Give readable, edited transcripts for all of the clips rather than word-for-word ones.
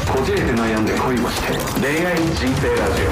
こじれて悩んで恋をして恋愛人生ラジ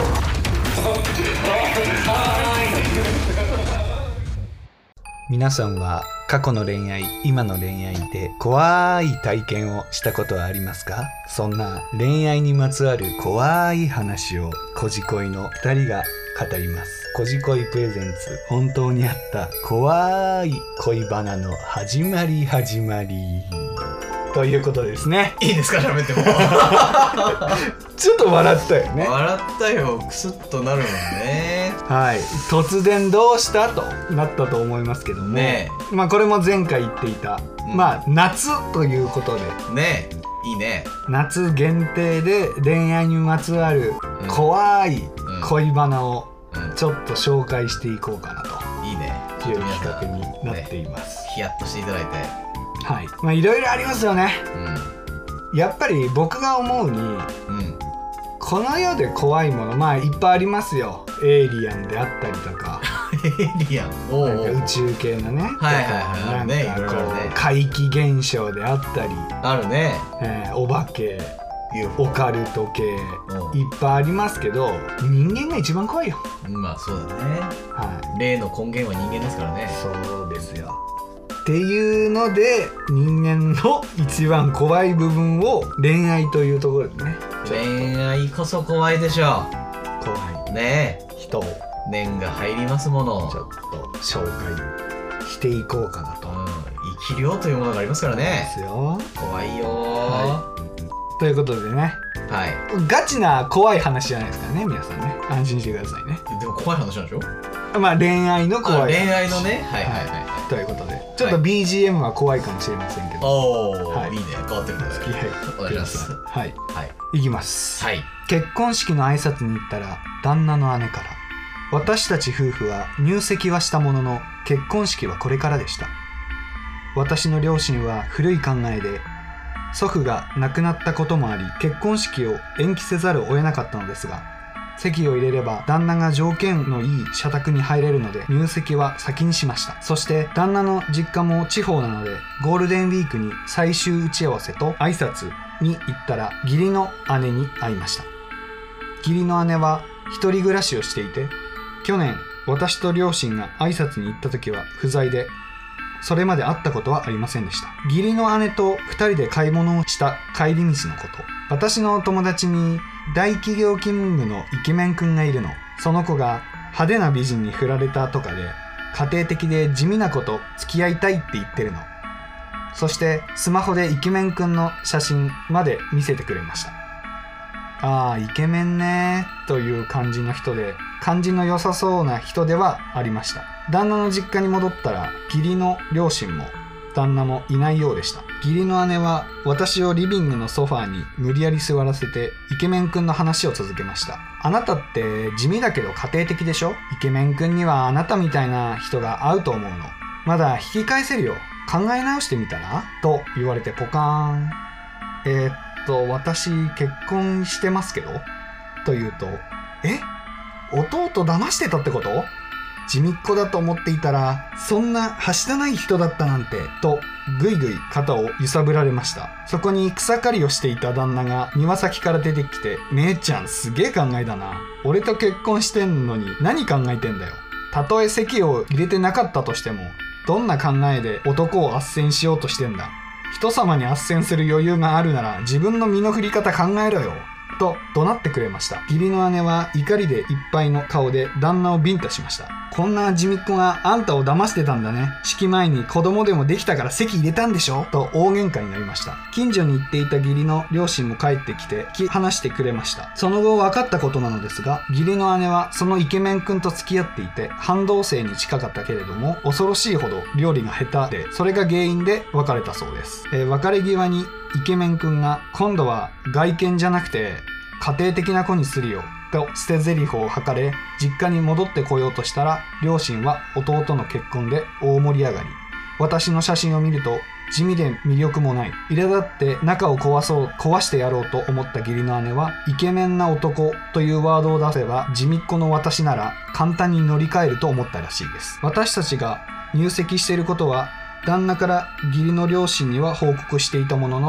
オ。皆さんは過去の恋愛、今の恋愛で怖い体験をしたことはありますか？そんな恋愛にまつわる怖い話をこじこいの2人が語ります。こじこいプレゼンツ、本当にあった怖い恋バナの始まりということですね。 いいですか、喋ってもちょっと笑ったよね。 笑ったよ、クスッとなるもんね。 はい、突然どうしたとなったと思いますけども、ね、まあこれも前回言っていた、まあ夏ということでね、いいね。 夏限定で恋愛にまつわる怖い恋バナをちょっと紹介していこうかなといいねいう企画になっています。 ヒヤッとしていただいて、 はい、まあいろいろありますよね。やっぱり僕が思うに、この世で怖いもの、まあいっぱいありますよ。エイリアンであったりとかエイリアン、 なんか宇宙系のね、なんかこう怪奇現象であったり、 あるね、 お化け、オカルト系いっぱいありますけど、人間が一番怖いよ。 まあそうだね、 はい、 霊の根源は人間ですからね。 そうですよ。っていうので、人間の一番怖い部分を恋愛というところでね、 恋愛こそ怖いでしょう。怖いねえ、 人を念が入りますもの、 ちょっと紹介していこうかなと。 生き量というものがありますからね。 ですよ。 怖いよ、 ということでね、はい、ガチな怖い話じゃないですからね、皆さんね、安心してくださいね。 でも怖い話なんでしょ。 まあ恋愛の怖い話、 恋愛のね、はいはいはい、 ということで、ちょっと BGM は怖いかもしれませんけど、 おー、いいね、変わってるね。 付き合いお願いします。 はい、いきます。 はい。 結婚式の挨拶に行ったら、旦那の姉から、私たち夫婦は入籍はしたものの結婚式はこれからでした。私の両親は古い考えで、祖父が亡くなったこともあり、結婚式を延期せざるを得なかったのですが、籍を入れれば旦那が条件のいい社宅に入れるので入籍は先にしました。そして旦那の実家も地方なので、ゴールデンウィークに最終打ち合わせと挨拶に行ったら、義理の姉に会いました。義理の姉は一人暮らしをしていて、去年私と両親が挨拶に行った時は不在で、それまで会ったことはありませんでした。義理の姉と2人で買い物をした帰り道のこと。私の友達に大企業勤務のイケメンくんがいるの。その子が派手な美人に振られたとかで、家庭的で地味な子と付き合いたいって言ってるの。そしてスマホでイケメンくんの写真まで見せてくれました。ああ、イケメンねーという感じの人で、感じの良さそうな人ではありました。旦那の実家に戻ったら、義理の両親も旦那もいないようでした。義理の姉は私をリビングのソファーに無理やり座らせて、イケメンくんの話を続けました。あなたって地味だけど家庭的でしょ？イケメンくんにはあなたみたいな人が合うと思うの。まだ引き返せるよ。考え直してみたら？と言われてポカーン。私結婚してますけど？と言うと、弟騙してたってこと？地味っ子だと思っていたら、そんなはしたない人だったなんて、とぐいぐい肩を揺さぶられました。そこに草刈りをしていた旦那が庭先から出てきて、姉ちゃんすげえ考えだな。俺と結婚してんのに何考えてんだよ。たとえ籍を入れてなかったとしても、どんな考えで男を斡旋しようとしてんだ。人様に斡旋する余裕があるなら自分の身の振り方考えろよ。と怒鳴ってくれました。義理の姉は怒りでいっぱいの顔で旦那をビンタしました。こんな地味っ子があんたを騙してたんだね。式前に子供でもできたから籍入れたんでしょ？と大喧嘩になりました。近所に行っていた義理の両親も帰ってきて話してくれました。その後分かったことなのですが、義理の姉はそのイケメンくんと付き合っていて、半同棲に近かったけれども恐ろしいほど料理が下手で、それが原因で別れたそうです。別れ際にイケメンくんが、今度は外見じゃなくて家庭的な子にするよと捨て台詞を吐かれ、実家に戻ってこようとしたら、両親は弟の結婚で大盛り上がり、私の写真を見ると地味で魅力もない、苛立って仲を壊してやろうと思った義理の姉は、イケメンな男というワードを出せば地味っ子の私なら簡単に乗り換えると思ったらしいです。私たちが入籍していることは旦那から義理の両親には報告していたものの、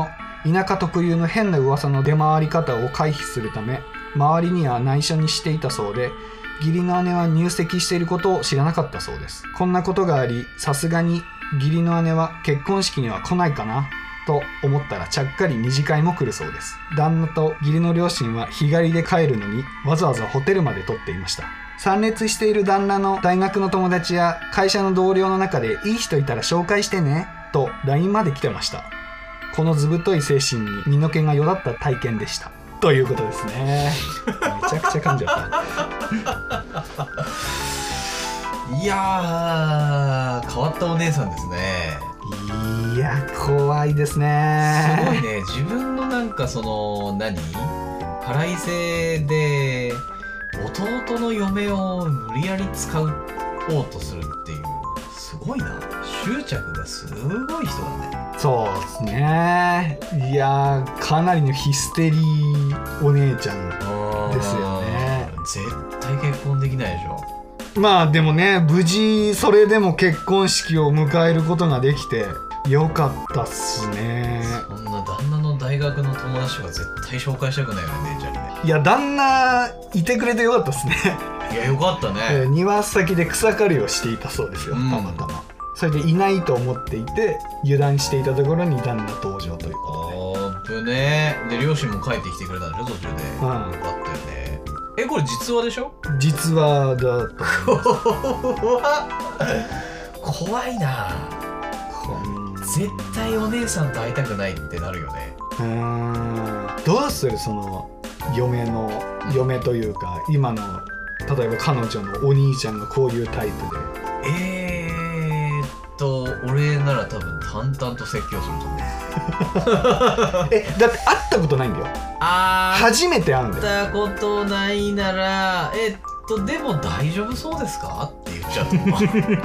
田舎特有の変な噂の出回り方を回避するため周りには内緒にしていたそうで、義理の姉は入籍していることを知らなかったそうです。こんなことがあり、さすがに義理の姉は結婚式には来ないかなと思ったらちゃっかり二次会も来るそうです。旦那と義理の両親は日帰りで帰るのにわざわざホテルまで取っていました。参列している旦那の大学の友達や会社の同僚の中でいい人いたら紹介してねと LINE まで来てました。このずぶとい精神に身の毛がよだった体験でしたということですね。めちゃくちゃ噛んじゃったいやー、変わったお姉さんですね。 いや怖いですね。 すごいね。自分のなんかその腹いせで弟の嫁を無理やり使おうとするっていう、すごいな。執着がすごい人だね。 そうですね。いやかなりのヒステリーお姉ちゃんですよね。 絶対結婚できないでしょ。 まあでもね、無事それでも結婚式を迎えることができてよかったっすね。 そんな旦那の大学の友達とか絶対紹介したくないよね、姉ちゃんにね。 いや旦那いてくれてよかったっすね。 いやよかったね。 庭先で草刈りをしていたそうですよ、たまたま。それでいないと思っていて油断していたところに旦那登場ということで。ね。で両親も帰ってきてくれたんでしょ、途中で。よかったよね。これ実話でしょ？ 実話だと思います。怖いな。絶対お姉さんと会いたくないってなるよね。 どうするその嫁というか今の例えば彼女のお兄ちゃんがこういうタイプで。 俺なら多分淡々と説教すると思う。 だって会ったことないんだよ。初めて会うんだよ。 会ったことないならでも大丈夫そうですかって言っちゃうと思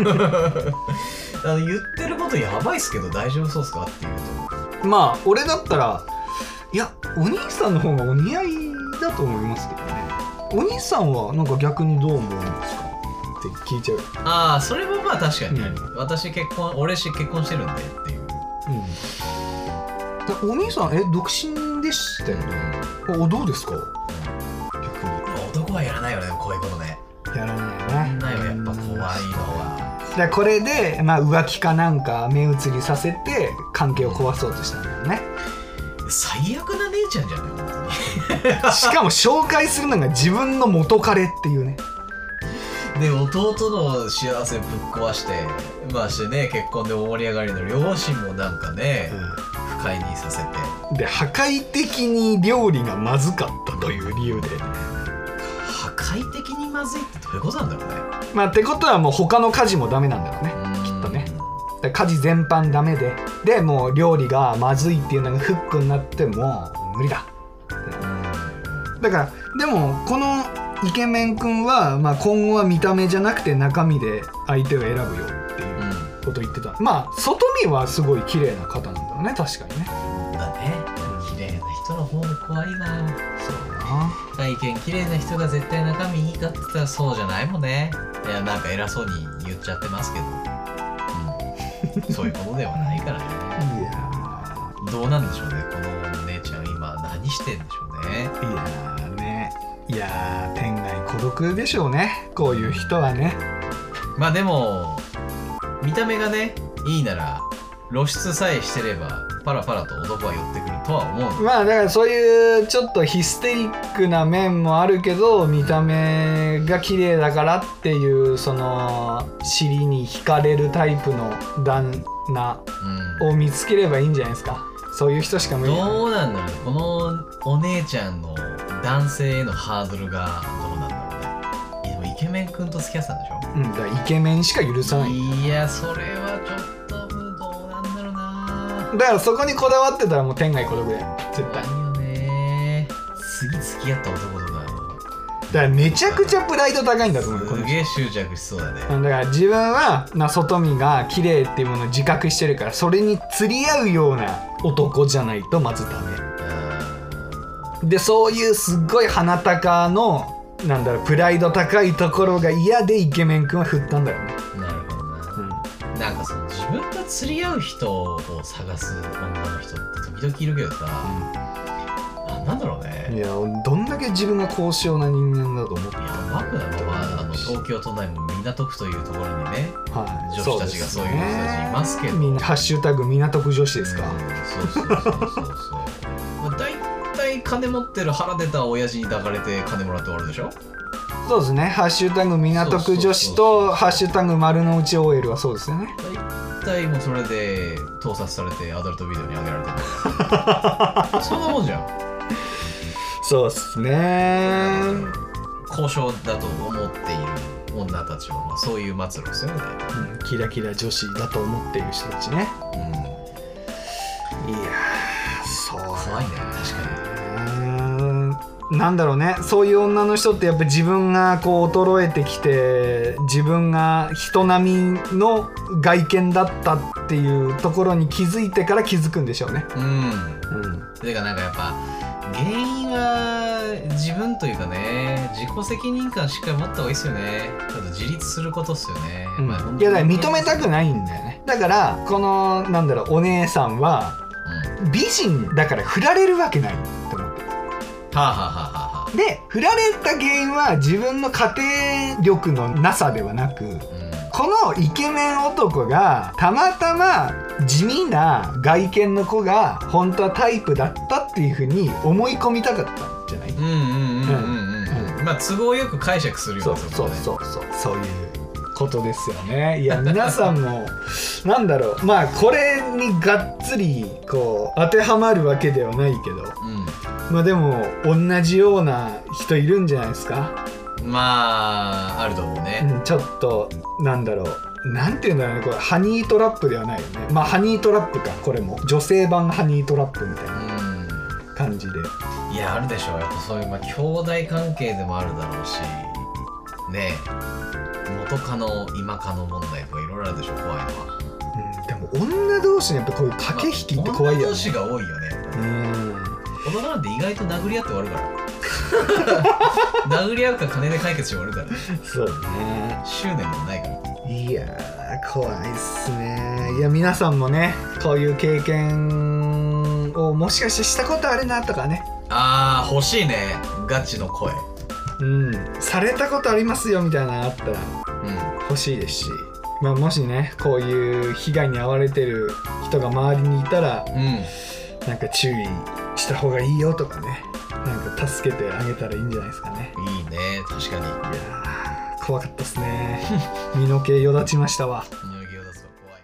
う。言ってることやばいっすけど大丈夫そうですかって言うと、 まあ俺だったらいやお兄さんの方がお似合いだと思いますけどね。お兄さんはなんか逆にどう思うんですかって聞いちゃう。 それもまあ確かに、俺結婚してるんでっていう。 お兄さん独身でしたよね。どうですか？逆に男はやらないよね、こういうことね。 やらないよね。 ないよやっぱ怖いのは。 だこれで、浮気かなんか目移りさせて関係を壊そうとしたんだよね。 最悪な姉ちゃんじゃんね、本当に。 しかも紹介するのが自分の元彼っていうね。 で弟の幸せぶっ壊してしてね、結婚で大盛り上がりの両親もなんかね、不快にさせて、 で破壊的に料理がまずかったという理由で。 破壊的にまずいってどういうことなんだろうね。 ってことはもう他の家事もダメなんだろうね、きっとね。家事全般ダメでもう料理がまずいっていうのがフックになってもう無理だ。だからでもこのイケメン君は、今後は見た目じゃなくて中身で相手を選ぶよっていうことを言ってた。外見はすごい綺麗な方なんだろうね、確かにね。 だね、綺麗な人の方が怖いな。 そうだな。 外見綺麗な人が絶対中身いいかって言ったらそうじゃないもんね。いやなんか偉そうに言っちゃってますけど、そういうことではないからね。 いやどうなんでしょうね、この姉ちゃん今何してんでしょうね。 いや天涯孤独でしょうね、こういう人はね。 でも見た目がねいいなら露出さえしてればパラパラと男は寄ってくるとは思う。 だからそういうちょっとヒステリックな面もあるけど、見た目が綺麗だからっていうその尻に惹かれるタイプの旦那を見つければいいんじゃないですか。そういう人しか無理。 どうなんだろうね、このお姉ちゃんの男性へのハードルがどうなんだろうね。でもイケメン君と付き合ってたんでしょ。だからイケメンしか許さない。 いやそれはちょっとどうなんだろうな。 だからそこにこだわってたらもう天涯孤独だよ絶対。 いいよね。次付き合った男とかだからめちゃくちゃプライド高いんだと思う。 すげえ執着しそうだね。 だから自分は外見が綺麗っていうものを自覚してるから、それに釣り合うような男じゃないとまずダメで、そういうすっごい鼻高のプライド高いところが嫌でイケメン君は振ったんだよね。 なるほどな。なんかその自分と釣り合う人を探す女の人って時時々いるけどさ、なんだろうね。 いやどんだけ自分が高尚な人間だと思っていやマクなのは東京都内も港区というところにね、 はい、 女子たちがそういう人たちいますけど、 みんなハッシュタグ港区女子ですか、 そうまあ大体金持ってる腹出た親父に抱かれて金もらって終わるでしょ。 そうですね。ハッシュタグ港区女子とハッシュタグ丸の内 OL はそうですよね。 大体もうそれで盗撮されてアダルトビデオに上げられてるそんなもんじゃん。 そうっすね。 高尚だと思っている女たちは、まあ、そういう末路ですよね、 キラキラ女子だと思っている人たちね。いやそう怖いね。確かになんだろうね。そういう女の人ってやっぱ自分がこう衰えてきて、自分が人並みの外見だったっていうところに気づいてから気づくんでしょうね。 てかなんかやっぱ原因は自分というかね、自己責任感しっかり持った方がいいですよね。あと自立することっすよね。 いやだから認めたくないんだよね。だからこのなんだろう、お姉さんは美人だから振られるわけないって思ってる。で振られた原因は自分の家庭力のなさではなく、このイケメン男がたまたま地味な外見の子が本当はタイプだったっていう風に思い込みたかったんじゃない？ まあ都合よく解釈するよね。 そういうことですよね。いや皆さんもなんだろう、まあこれにがっつりこう当てはまるわけではないけど、まあでも同じような人いるんじゃないですか。 まああると思うね。 ちょっとなんだろう、なんていうんだろうね、これハニートラップではないよね。まあハニートラップか、これも女性版ハニートラップみたいな感じで。 いやあるでしょう。やっぱそういうまあ兄弟関係でもあるだろうしね、元カノ今カノ問題とかいろいろあるでしょ、怖いのは。 でも女同士のやっぱこういう駆け引きって怖いよね。 女同士が多いよね。大人なんて意外と殴り合って終わるから殴り合うか金で解決して終わるから。 そうね、 執念でもないから。 いやー怖いっすね。いや皆さんもねこういう経験をもしかしてしたことあるなとかね、 欲しいね、ガチの声。 されたことありますよみたいなのあったら欲しいですし、まあ、もしねこういう被害に遭われてる人が周りにいたら、なんか注意した方がいいよとかね、なんか助けてあげたらいいんじゃないですかね。 いいね、確かに。いや怖かったっすね身の毛よだちましたわ。 身の毛よだつが怖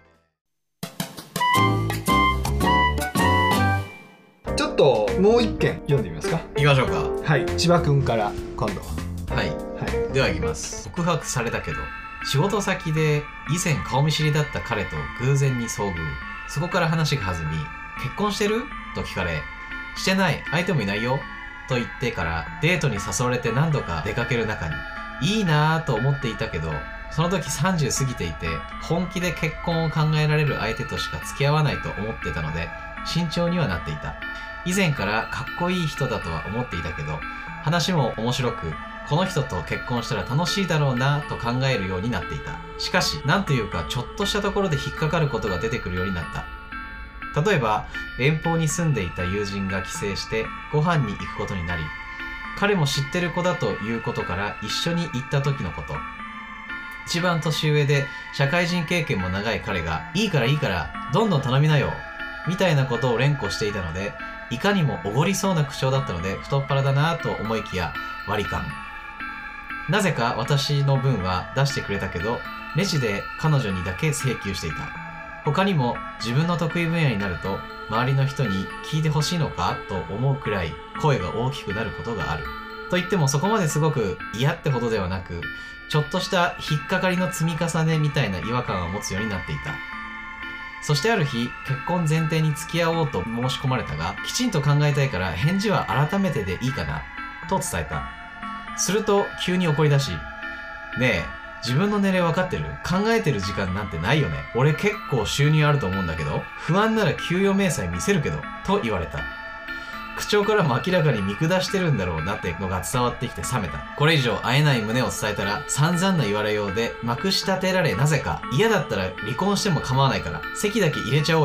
いね。 ちょっともう一件読んでみますか。 いきましょうか。 はい、千葉くんから今度は。 はい、ではいきます。告白されたけど仕事先で以前顔見知りだった彼と偶然に遭遇。そこから話が弾み、結婚してる？と聞かれ、してない、相手もいないよと言ってからデートに誘われて何度か出かける中にいいなぁと思っていたけど、その時30過ぎていて本気で結婚を考えられる相手としか付き合わないと思ってたので慎重にはなっていた。以前からかっこいい人だとは思っていたけど、話も面白くこの人と結婚したら楽しいだろうなと考えるようになっていた。しかしなんというかちょっとしたところで引っかかることが出てくるようになった。例えば遠方に住んでいた友人が帰省してご飯に行くことになり、彼も知ってる子だということから一緒に行った時のこと。一番年上で社会人経験も長い彼がいいからどんどん頼みなよみたいなことを連呼していたので、いかにもおごりそうな口調だったので太っ腹だなと思いきや割り勘。なぜか私の分は出してくれたけどレジで彼女にだけ請求していた。他にも自分の得意分野になると周りの人に聞いてほしいのかと思うくらい声が大きくなることがある。と言ってもそこまですごく嫌ってほどではなく、ちょっとした引っかかりの積み重ねみたいな違和感を持つようになっていた。そしてある日、結婚前提に付き合おうと申し込まれたが、きちんと考えたいから返事は改めてでいいかなと伝えた。すると急に怒り出し、ねえ自分の年齢分かってる？考えてる時間なんてないよね。俺結構収入あると思うんだけど、不安なら給与明細見せるけど、と言われた。口調からも明らかに見下してるんだろうなってのが伝わってきて冷めた。これ以上会えない胸を伝えたら散々な言われようでまくし立てられ、なぜか嫌だったら離婚しても構わないから籍だけ入れちゃおうよ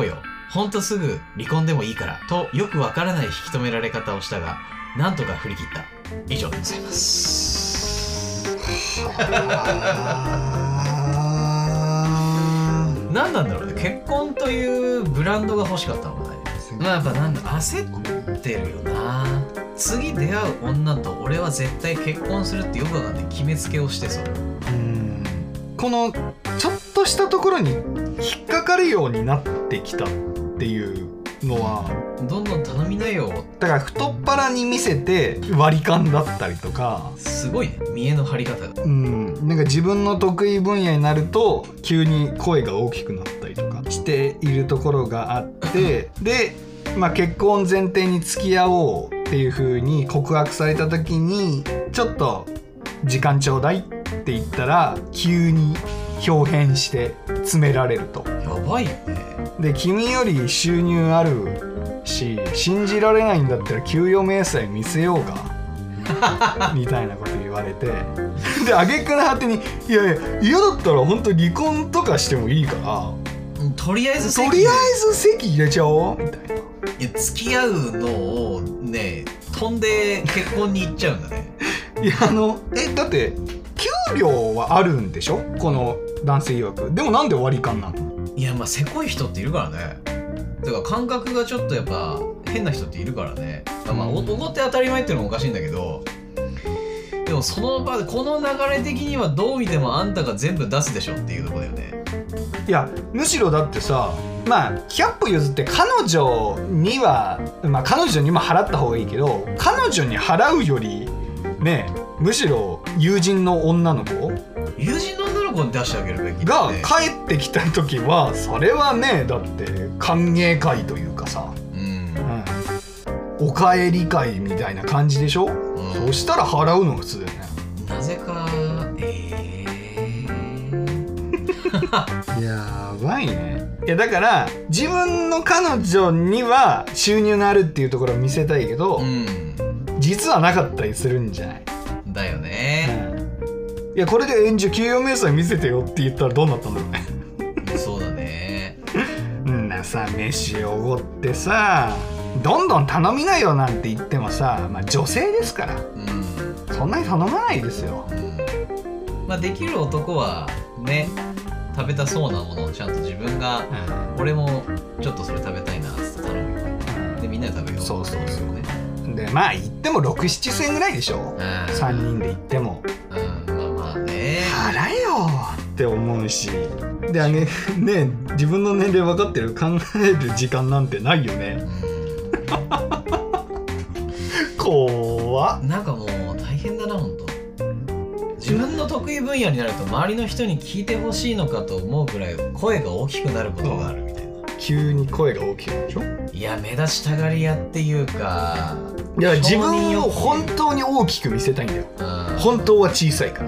ほんとすぐ離婚でもいいからとよくわからない引き止められ方をしたが、なんとか振り切った。以上でございます。何なんだろうね、結婚というブランドが欲しかったのかね。まあやっぱなんだ、焦ってるよな。次出会う女と俺は絶対結婚するってよくわかんない決めつけをしてそう。 このちょっとしたところに引っかかるようになってきたっていうのは、 どんどん頼みなよ。 だから太っ腹に見せて割り勘だったりとか、 すごいね、見栄の張り方が。 なんか自分の得意分野になると急に声が大きくなったりとかしているところがあってで、結婚前提に付き合おうっていう風に告白された時にちょっと時間ちょうだいって言ったら急に表変して詰められると。 やばいよね。 で君より収入あるし信じられないんだったら給与明細見せようかみたいなこと言われて、で挙句の果てに嫌だったら本当離婚とかしてもいいからとりあえず籍入れちゃおうみたいな。 いや付き合うのをね飛んで結婚に行っちゃうんだね。 いやだって給料はあるんでしょこの男性曰く。でもなんで割り勘なの？ いやせこい人っているからね。だから感覚がちょっとやっぱ変な人っているからね。男って当たり前っていうのもおかしいんだけど、でもその場でこの流れ的にはどう見てもあんたが全部出すでしょっていうところだよね。いやむしろだってさ、100歩譲って彼女には彼女にも払った方がいいけど、彼女に払うよりね、むしろ友人の女の子に出してあげるべきが帰ってきた時はそれはね、だって歓迎会というかさ、お帰り会みたいな感じでしょ、そしたら払うのが普通だよね。 なぜかやばいね。いやだから自分の彼女には収入のあるっていうところを見せたいけど、実はなかったりするんじゃない？ だよね。 いやこれで給与明細見せてよって言ったらどうなったんだろうね。 そうだね。 さ飯おごってさどんどん頼みなよなんて言ってもさ、女性ですから、そんなに頼まないですよ。 できる男はね、食べたそうなものをちゃんと自分が、俺もちょっとそれ食べたいなって頼むよね。でみんなで食べよう。そうね。 で行っても 6,7 千ぐらいでしょ、3人で行っても。 ね払えよって思うし、でね自分の年齢分かってる、考える時間なんてないよね。怖っ。 なんかもう大変だなほんと。自分の得意分野になると周りの人に聞いてほしいのかと思うくらい声が大きくなることがあるみたいな。 急に声が大きくなるでしょ。 いや目立ちたがり屋っていうか、 いや自分を本当に大きく見せたいんだよ。本当は小さいから。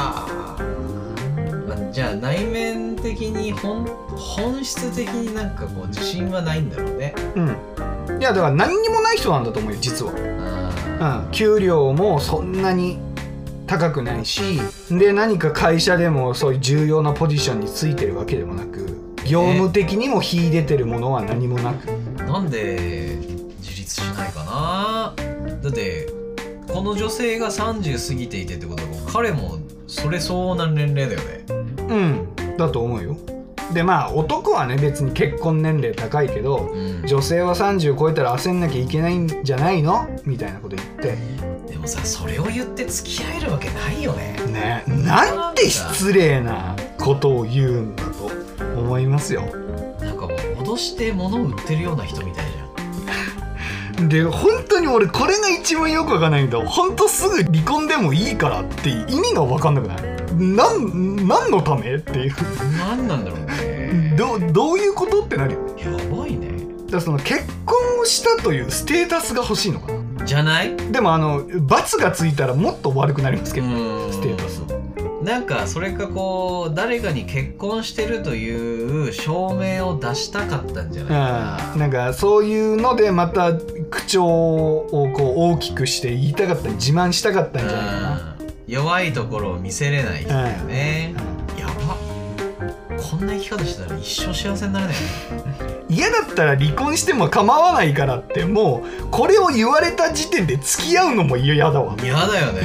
じゃあ内面的に本質的になんかこう自信はないんだろうね。 いやだから何にもない人なんだと思うよ実は。給料もそんなに高くないし、で何か会社でもそういう重要なポジションについてるわけでもなく、業務的にも秀でてるものは何もなく、 なんで自立しないかな。だってこの女性が30過ぎていてってことは彼もそれ相応な年齢だよね。 だと思うよ。で男はね別に結婚年齢高いけど、女性は30超えたら焦んなきゃいけないんじゃないのみたいなこと言って。 でもさそれを言って付き合えるわけないよね。 なんて失礼なことを言うんだと思いますよ。 なんかもう脅して物を売ってるような人みたいじゃん。 で本当に俺これが一番よく分かんないんだ。本当すぐ離婚でもいいからって意味が分かんなくない？何のためっていう。 何なんだろうね。 どういうことってなるよ。 やばいね。 だからその結婚をしたというステータスが欲しいのかな。 じゃない？ でも罰がついたらもっと悪くなりますけど、ステータス。 なんかそれかこう誰かに結婚してるという証明を出したかったんじゃないかな。 なんかそういうのでまた口調をこう大きくして言いたかった、自慢したかったんじゃないかな。 弱いところを見せれない人だよね。やば。こんな生き方したら一生幸せになれないよね。 嫌だったら離婚しても構わないからって、もうこれを言われた時点で付き合うのも嫌だわ。 嫌だよね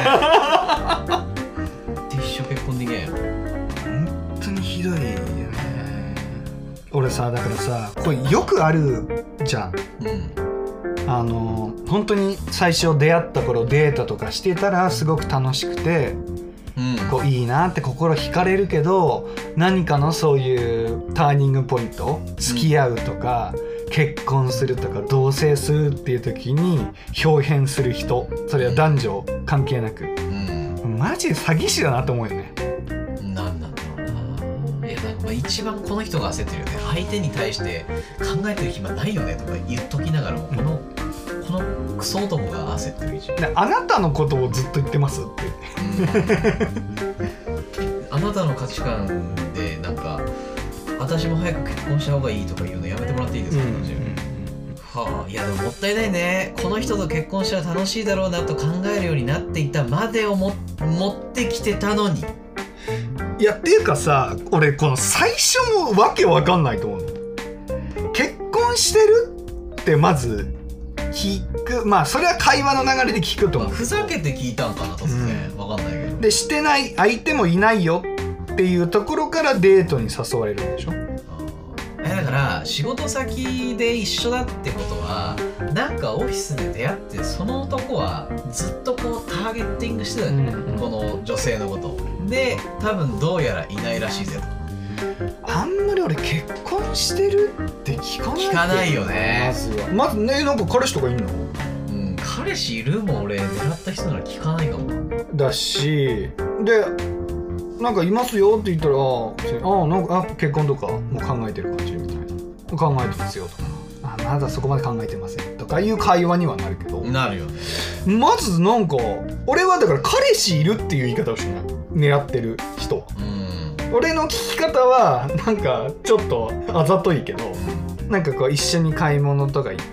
一生結婚できないよ。 本当にひどいよね。俺さ、だからさ、これよくあるじゃん。本当に最初出会った頃デートとかしてたらすごく楽しくて、こういいなって心惹かれるけど、何かのそういうターニングポイント、付き合うとか、結婚するとか同棲するっていう時に表変する人、それは男女関係なく、マジで詐欺師だなと思うよね。 なんなんだろうな。いや、なんか一番この人が焦ってるよね。相手に対して考えてる暇ないよねとか言っときながらも、このクソ男が焦ってる一番。 あなたのことをずっと言ってますって、 あなたの価値観でなんか私も早く結婚した方がいいとか言うのやめてもらっていいですか、はあ、いやでももったいないね。この人と結婚したら楽しいだろうなと考えるようになっていたまでを持ってきてたのに。 いやっていうかさ、俺この最初もわけわかんないと思うの。結婚してるってまず聞く、まあそれは会話の流れで聞くと思う、 ふざけて聞いたんかな突然、わかんないけど。 で、してない相手もいないよっていうところからデートに誘われるんでしょ。 だから仕事先で一緒だってことは、なんかオフィスで出会ってその男はずっとこうターゲッティングしてたよね、この女性のことで、多分どうやらいないらしいぜと。 あんまり俺結婚してるって聞かないよね。 まずね、なんか彼氏とかいんの？ 彼氏いるもん。俺狙った人なら聞かないかもだし、でなんかいますよって言ったら、なんか結婚とかもう考えてる感じみたいな、考えてますよとか、まだそこまで考えてませんとかいう会話にはなるけど、 なるよね。 まずなんか俺はだから彼氏いるっていう言い方をしない、狙ってる人は。俺の聞き方はなんかちょっとあざといけど、なんかこう一緒に買い物とか行って、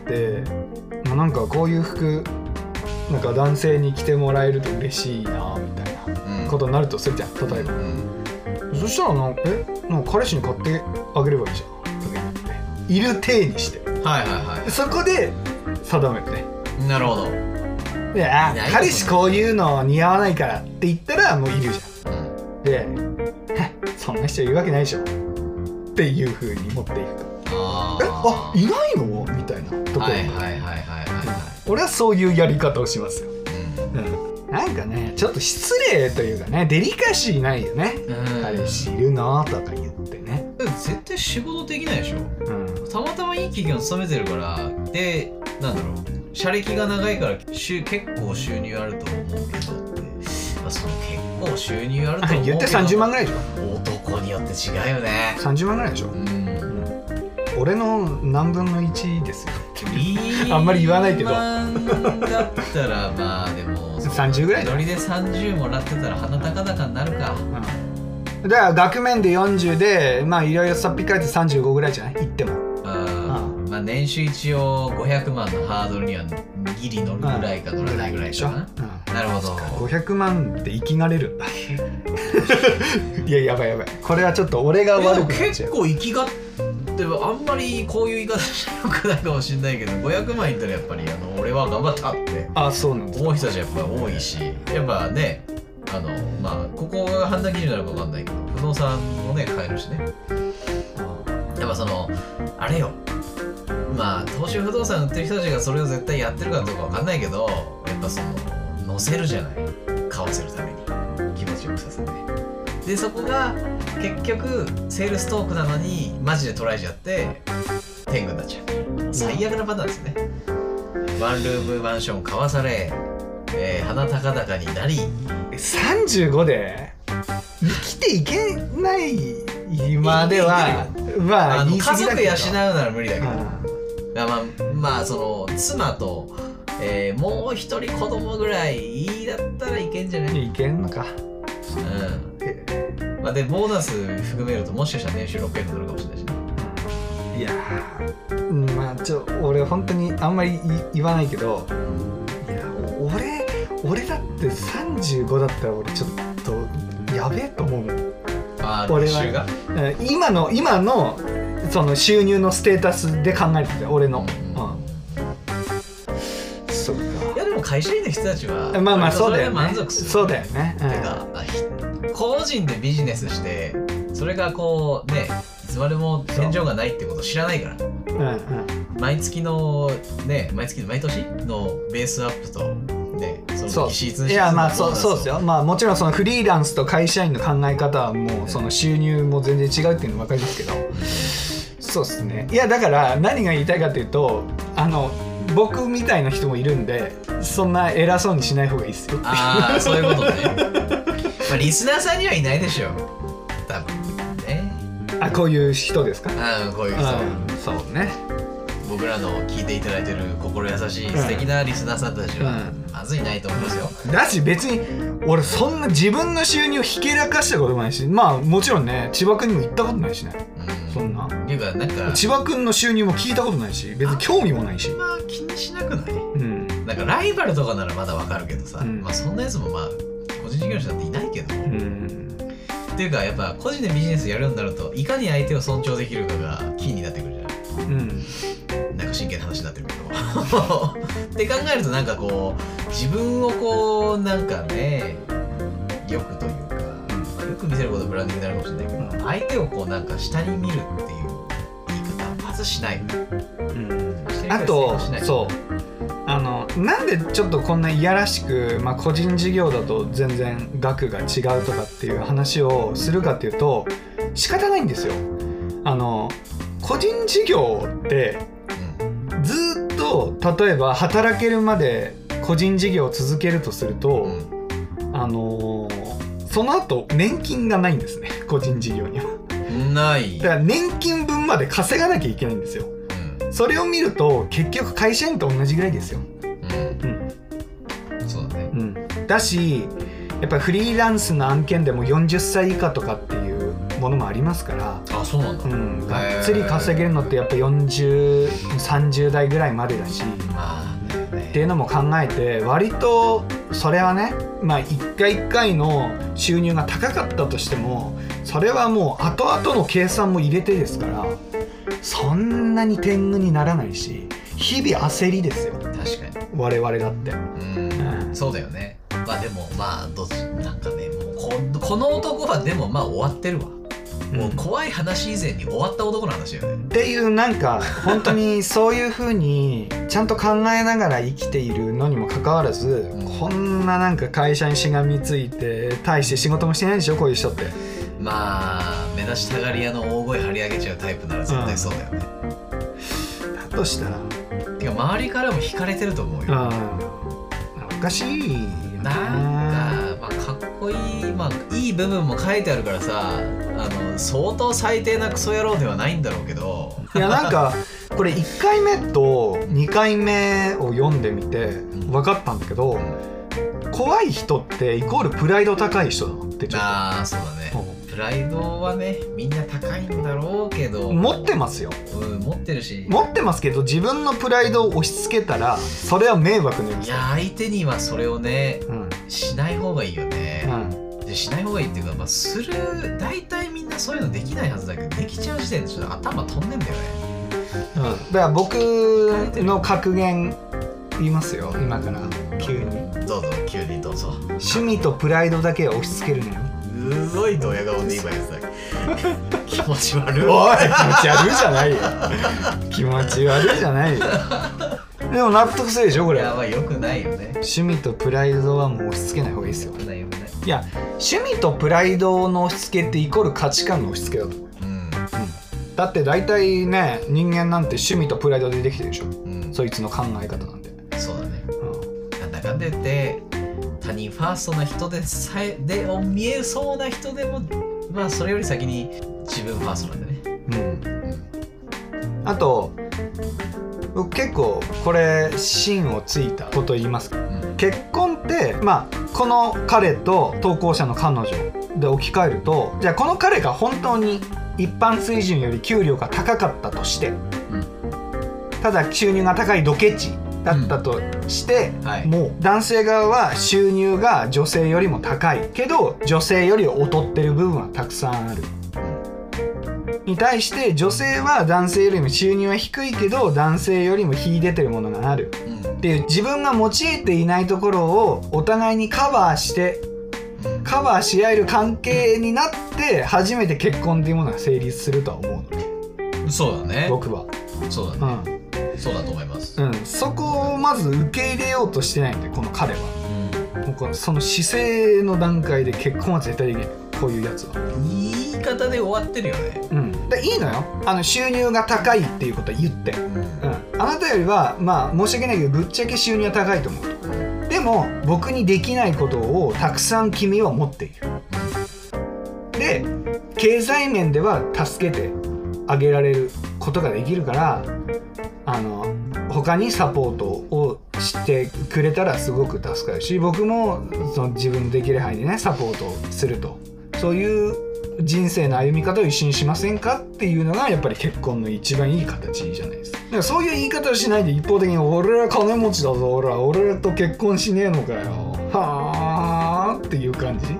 なんかこういう服なんか男性に着てもらえると嬉しいなみたいなことになるとするじゃん、例えば、そしたらなんか彼氏に買ってあげればいいじゃんとか言っている体にして、そこで定めるね。 なるほど。 で、彼氏こういうの似合わないからって言ったらもういるじゃん、でそんな人いるわけないでしょっていう風に持っていくと、いないのみたいなところ、俺はそういうやり方をしますよ。なんかね、ちょっと失礼というかね、デリカシーないよね。彼氏いるのとか言ってね。 絶対仕事できないでしょ、たまたまいい企業に勤めてるから。で、なんだろう、社歴が長いから結構収入あると思うけどって、その結構収入あると思うけど言って30万ぐらいでしょ。 男によって違うよね。 30万ぐらいでしょ。俺の何分の1ですよ。あんまり言わないけど。 だったらまあでも 30ぐらいノリで30もらってたら鼻高々になるか。 だから額面で40で、まあいろいろさっぴかれて35ぐらいじゃない？言っても。 まあ年収一応500万のハードルにはギリ乗るぐらいか乗らないぐらいかな。なるほど。 500万って生きがれるんだ。いや、やばいやばい。これはちょっと俺が悪くなっちゃう。 結構生きがってあんまりこういう言い方しなくないかもしれないけど、500万いったらやっぱり俺は頑張ったって思う人たちやっぱ多いし、やっぱね、まあここが判断基準なのか分かんないけど、不動産もね買えるしね。やっぱそのあれよ、まあ投資不動産売ってる人たちがそれを絶対やってるかどうか分かんないけど、やっぱその乗せるじゃない、買わせるために気持ちよくさせて、でそこが結局セールストークなのにマジで捉えちゃって天狗になっちゃう。最悪なパターンですね。ワンルームマンション買わされ、鼻高々になり、 35で生きていけない今ではまあ家族養うなら無理だけど、まあその妻と、もう一人子供ぐらいだったらいけんじゃない？ いけんのか。 まあでボーナス含めるともしかしたら年収600円になるかもしれないしね。 いやまあ俺本当にあんまり言わないけど、いや俺だって35だったら俺ちょっとやべえと思うもん。 俺は今のその収入のステータスで考えてて俺の、そうか。 いやでも会社員の人たちはまあまあそうだよね。 満足する。 そうだよね。 てか個人でビジネスしてそれがこうねいつまでも天井がないってことを知らないから。毎月のね毎年のベースアップとねそのシーズンいやまあそうですよ。まあもちろんそのフリーランスと会社員の考え方はもうその収入も全然違うっていうの分かりますけど、そうですね。いやだから何が言いたいかというと僕みたいな人もいるんでそんな偉そうにしない方がいいですよ。 ああそういうことね。まあリスナーさんにはいないでしょ多分ね。 あこういう人ですか。 こういう人。 そうね。 僕らの聞いていただいてる心優しい素敵なリスナーさんたちはまずいないと思いますよ。 だし別に俺そんな自分の収入をひけらかしたこともないし、まあもちろんね千葉君にも言ったことないしね。そんな。 っていうかなんか千葉君の収入も聞いたことないし別に興味もないし。 まあ気にしなくない？なんかライバルとかならまだわかるけどさ、まあそんなやつもまあ個人事業主だっていないけど。っていうかやっぱ個人でビジネスやるようになるといかに相手を尊重できるかがキーになってくるじゃない。なんか真剣な話になってるけどって考えるとなんかこう自分をこうなんかねよくというか、よく見せることブランディングになるかもしれないけど、相手をこうなんか下に見るっていう言い方はまずしない。あとそうなんでちょっとこんないやらしく、まあ、個人事業だと全然額が違うとかっていう話をするかっていうと仕方ないんですよ。個人事業ってずっと例えば働けるまで個人事業を続けるとすると、その後年金がないんですね個人事業には。 ないだから年金分まで稼がなきゃいけないんですよ。それを見ると結局会社員と同じぐらいですよ。 そうだね。 だしやっぱりフリーランスの案件でも40歳以下とかっていうものもありますから。 あ、そうなんだ。 がっつり稼げるのってやっぱ40、30代ぐらいまでだし、っていうのも考えて割とそれはね、まあ一回一回の収入が高かったとしてもそれはもう後々の計算も入れてですからそんなに天狗にならないし日々焦りですよ。 確かに我々だって。 そうだよね。まあでもまあどっちなんかねもうこの男はでもまあ終わってるわ。もう怖い話以前に終わった男の話よね。 っていうなんか本当にそういう風にちゃんと考えながら生きているのにもかかわらず、こんななんか会社にしがみついて大して仕事もしてないでしょこういう人って。 まあ目立ちたがり屋の大声張り上げちゃうタイプなら絶対そうだよね。 だとしたらてか周りからも惹かれてると思うよ。 おかしいよね。 なんか、まあ、かっこいい、まあ、いい部分も書いてあるからさ相当最低なクソ野郎ではないんだろうけど、 いやなんかこれ1回目と2回目を読んでみて分かったんだけど、怖い人ってイコールプライド高い人だってちょっと。 ああそうだね。プライドはねみんな高いんだろうけど持ってますよ。 持ってるし持ってますけど自分のプライドを押し付けたらそれは迷惑のよ。 いや相手にはそれをね、しない方がいいよね。でしない方がいいっていうか、まあ、する大体みんなそういうのできないはずだけどできちゃう時点でちょっと頭飛んでんだよね。 だから僕の格言言いますよ今から急に。 どうぞ急にどうぞ。 趣味とプライドだけは押し付けるのよ。 すごいドヤ顔で今言ってた気持ち悪い。 おい気持ち悪いじゃないよ気持ち悪いじゃないよでも納得するでしょこれ。 いやまあよくないよね。 趣味とプライドはもう押し付けない方がいいですよ。 よくないよくない。 いや趣味とプライドの押し付けってイコール価値観の押し付けだと思う。だって大体ね人間なんて趣味とプライドでできてるでしょ、そいつの考え方なんで。 そうだね、なんだかんだ言って他人ファーストな人でさえで見えそうな人でもまあそれより先に自分ファーストなんでね。 あと僕結構これ芯をついたこと言いますか、結婚ってまあこの彼と投稿者の彼女で置き換えると、じゃあこの彼が本当に一般水準より給料が高かったとして、ただ収入が高いドケチだったとして、もう男性側は収入が女性よりも高いけど女性より劣ってる部分はたくさんある。 に対して女性は男性よりも収入は低いけど男性よりも秀でてるものがあるっていう、自分が用いていないところをお互いにカバーしてカバーし合える関係になって初めて結婚っていうものが成立するとは思うので。 そうだね。 僕はそうだね、そうだと思います。 そこをまず受け入れようとしてないんでこの彼は、もうその姿勢の段階で結婚は絶対できない、こういうやつは。 言い方で終わってるよね。 でいいのよ、収入が高いっていうことは言って、あなたよりはまあ申し訳ないけどぶっちゃけ収入は高いと思うと。でも僕にできないことをたくさん君は持っている。で経済面では助けてあげられることができるから他にサポートをしてくれたらすごく助かるし、僕もその自分のできる範囲でねサポートをすると、そういう人生の歩み方を一緒にしませんかっていうのがやっぱり結婚の一番いい形じゃないですか。だからそういう言い方をしないで一方的に俺は金持ちだぞ、俺と結婚しねえのかよはーっていう感じ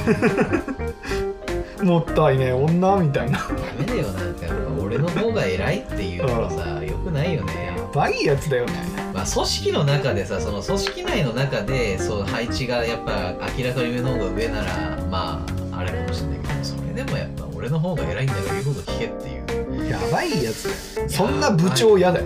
もったいねえ女みたいな。 ダメだよ、なんかやっぱ俺の方が偉いっていうのはさ良くないよね。 やばいやつだよね。 まあ組織の中でさ、その組織内の中でそう配置がやっぱ明らかに上の方が上ならまああれかもしれないけど、それでもやっぱ俺の方が偉いんだから言うこと聞けっていう。 やばいやつだよ。そんな部長嫌だよ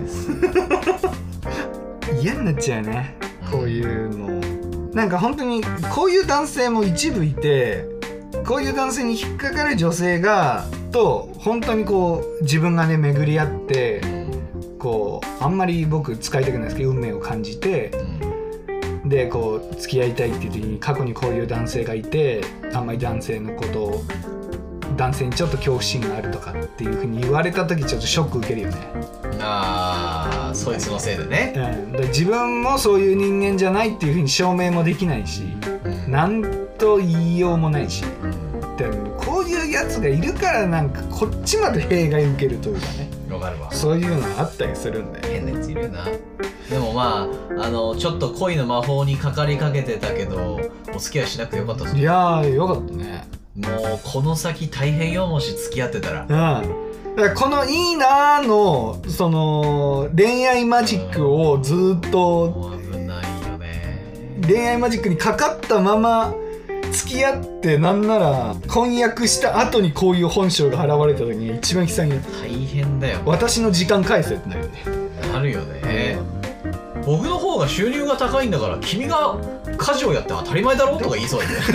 嫌になっちゃうね、こういうの。なんか本当にこういう男性も一部いて、こういう男性に引っかかる女性がと本当にこう自分がね巡り合ってこうあんまり僕使いたくないですけど運命を感じて、でこう付き合いたいっていう時に過去にこういう男性がいてあんまり男性のことを男性にちょっと恐怖心があるとかっていう風に言われた時ちょっとショック受けるよね。 ああ、そいつのせいでね。 で自分もそういう人間じゃないっていう風に証明もできないし、なんと言いようもないし、でこういうやつがいるからなんかこっちまで弊害受けるというかね。 わかるわ。 そういうのがあったりするんで。 変なやついるよな。でもまあちょっと恋の魔法にかかりかけてたけどお付き合いしなくてよかったっすね。 いやーよかったね。 もうこの先大変よ、もし付き合ってたら。 だからこのいいなーのその恋愛マジックをずっと危ないよね。 恋愛マジックにかかったまま付き合ってなんなら婚約した後にこういう本性が現れた時に一番悲惨に大変だよ。 私の時間返せってなるよね。 なるよね。僕の方が収入が高いんだから君が家事をやって当たり前だろうとか言いそうだよ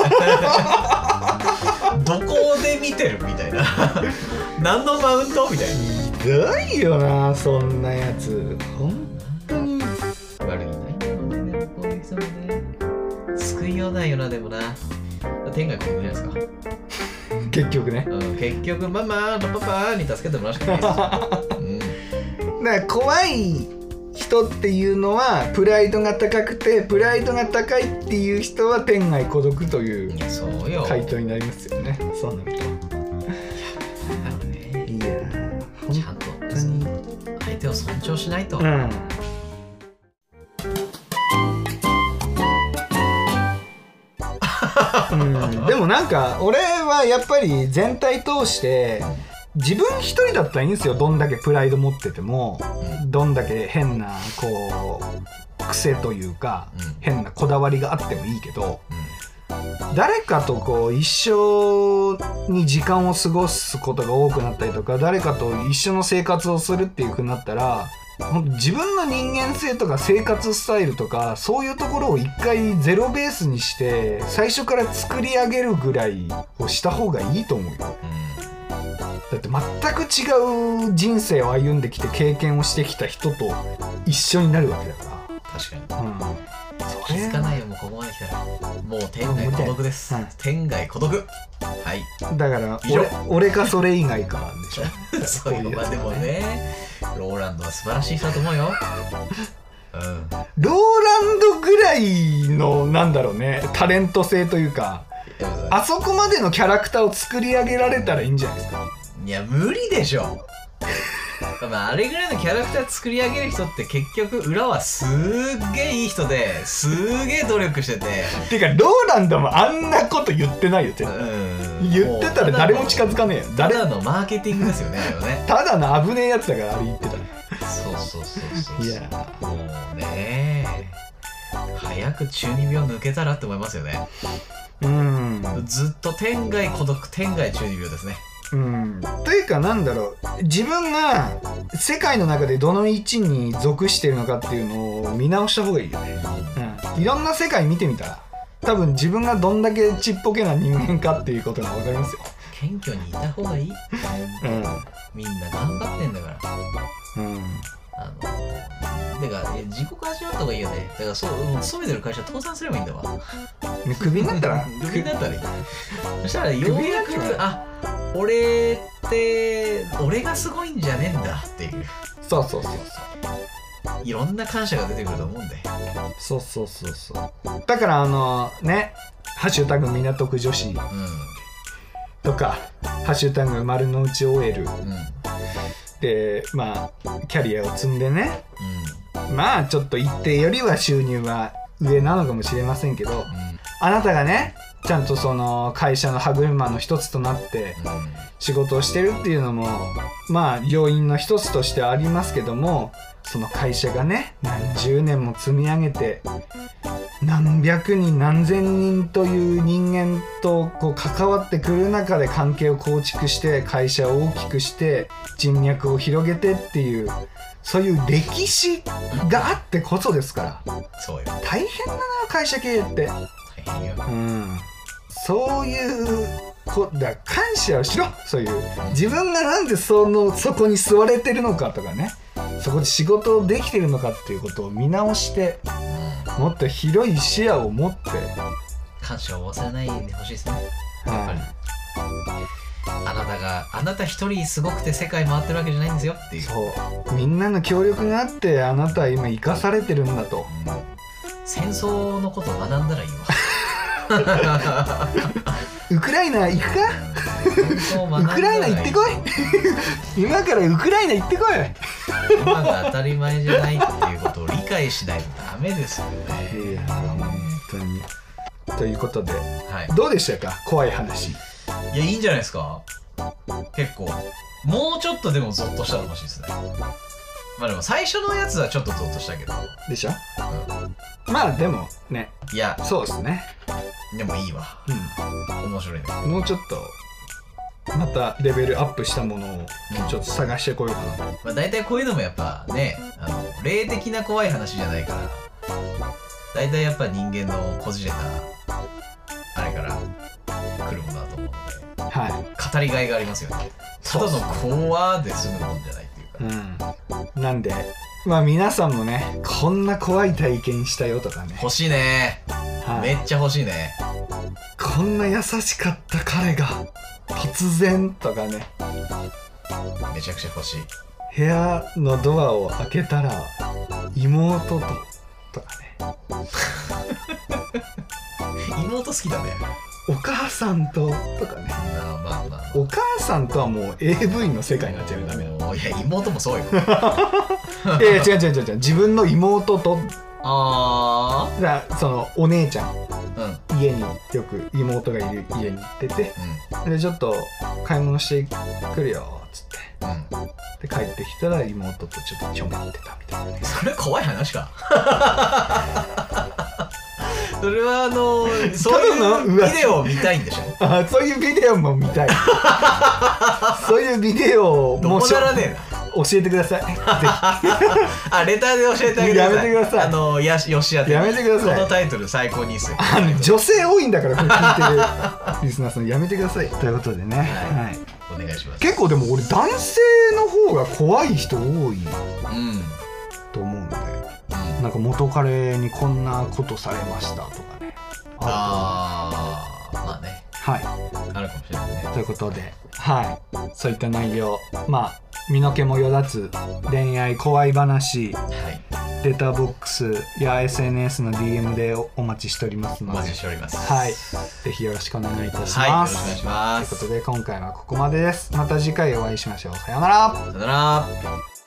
どこで見てるみたいな何のマウントみたいな。 ひどいよなそんなやつ。本当に悪いないよね。でもこういう人もね救いようないよな。でもな天外孤独じゃないですか結局ね、 結局ママとパパに助けてもらうしかないですだから怖い人っていうのはプライドが高くて、プライドが高いっていう人は天涯孤独という回答になりますよね。そうなると。いやちゃんと相手を尊重しないと。 でもなんか俺はやっぱり全体通して自分一人だったらいいんですよ。どんだけプライド持ってても、どんだけ変なこう癖というか、変なこだわりがあってもいいけど、誰かとこう一緒に時間を過ごすことが多くなったりとか、誰かと一緒の生活をするっていう風になったら、自分の人間性とか生活スタイルとかそういうところを一回ゼロベースにして最初から作り上げるぐらいをした方がいいと思うよ。だって全く違う人生を歩んできて経験をしてきた人と一緒になるわけだから。 確かに、気づかないよ。もうここまで来たらもう天外孤独です、天外孤独。はい、 だから俺かそれ以外かでしょそういうまあでもねローランドは素晴らしい人だと思うよ。 ローランドぐらいのなんだろうね、タレント性というか、あそこまでのキャラクターを作り上げられたらいいんじゃないですか。 いや無理でしょまあ、あれぐらいのキャラクター作り上げる人って結局裏はすっげえいい人ですげえ努力してててかローランドもあんなこと言ってないよ絶対。言ってたら誰も近づかねえよ。 ただのマーケティングですよねあれはね。 ただの危ねえやつだからあれ言ってたら。 そうそうそうそう。 いやもうね早く中二病抜けたらって思いますよね。ずっと天涯孤独天涯中二病ですね。 というかなんだろう、自分が世界の中でどの位置に属してるのかっていうのを見直した方がいいよね。いろんな世界見てみたら多分自分がどんだけちっぽけな人間かっていうことが分かりますよ。 謙虚にいた方がいい。みんな頑張ってんだから。てか自己開示あった方がいいよね。だから勤めてる会社倒産すればいいんだわ。 クビになったらクビになったらいい。そしたらようやく俺って俺がすごいんじゃねえんだっていう。 そういろんな感謝が出てくると思うんで。 そうだからね、ハッシュタグ港区女子とか、ハッシュタグ丸の内 OL、でまあキャリアを積んでね、まあちょっと一定よりは収入は上なのかもしれませんけど、あなたがねちゃんとその会社の歯車の一つとなって仕事をしてるっていうのもまあ要因の一つとしてはありますけども、その会社がね何十年も積み上げて何百人何千人という人間とこう関わってくる中で関係を構築して会社を大きくして人脈を広げてっていう、そういう歴史があってこそですから。 そうよ。 大変だな会社経営って。 大変よ。 そういうだ感謝をしろ。そういう自分がなんでそこに座れてるのかとかね、そこで仕事できてるのかっていうことを見直して、もっと広い視野を持って感謝を忘れないでほしいですね。やっぱりあなた一人すごくて世界回ってるわけじゃないんですよっていう。 そうみんなの協力があってあなたは今生かされてるんだと。 戦争のことを学んだらいいわ。 ウクライナ行くか。ウクライナ行ってこい。今からウクライナ行ってこい。 今が当たり前じゃないっていうことを理解しないとダメですよね。 いや本当に。ということで、どうでしたか怖い話。 いやいいんじゃないですか。結構もうちょっとでもゾッとしたら欲しいですね。まあでも最初のやつはちょっとゾッとしたけど。 でしょ。まあでもね。 いやそうですね。 でもいいわ。面白いね。 もうちょっとまたレベルアップしたものをちょっと探してこようかなと。 まあ大体こういうのもやっぱね、霊的な怖い話じゃないから、大体やっぱ人間のこじれたあれから来るものだと思うので、語りがいがありますよね。ただの怖で済むもんじゃないっていうか。 なんでまあ皆さんもねこんな怖い体験したよとかね欲しいね。めっちゃ欲しいね。 こんな優しかった彼が突然とかね、 めちゃくちゃ欲しい。 部屋のドアを開けたら妹とかね。 妹好きだね。 お母さんとかね。 まあお母さんとはもう AV の世界になっちゃうよ。ダメだ。 いや妹もそうよ。 違う自分の妹とそのお姉ちゃん、家によく妹がいる家に行ってて、でちょっと買い物してくるよっつって、で帰ってきたら妹とちょっとちょめってたみたいなね。 それ怖い話か。それはそういうビデオを見たいんでしょ。 そういうビデオも見たい。そういうビデオをもうならねえな。 教えてください。ぜひ。 レターで教えてあげてください。 やめてください。 よしやめてください。 このタイトル最高にいいっすよ。 女性多いんだからこれ聞いてるリスナーさんやめてください。ということでね。 お願いします。 結構でも俺男性の方が怖い人多いと思うんで、なんか元彼にこんなことされましたとかね。 まあね。あるかもしれないね。 ということで、そういった内容、まあ身の毛もよだつ恋愛怖い話、 レターボックスや SNS の DM でお待ちしておりますので、 お待ちしております。 はい、ぜひよろしくお願いいたします。 はい、よろしくお願いします。 ということで今回はここまでです。また次回お会いしましょう。さようなら。 さよなら。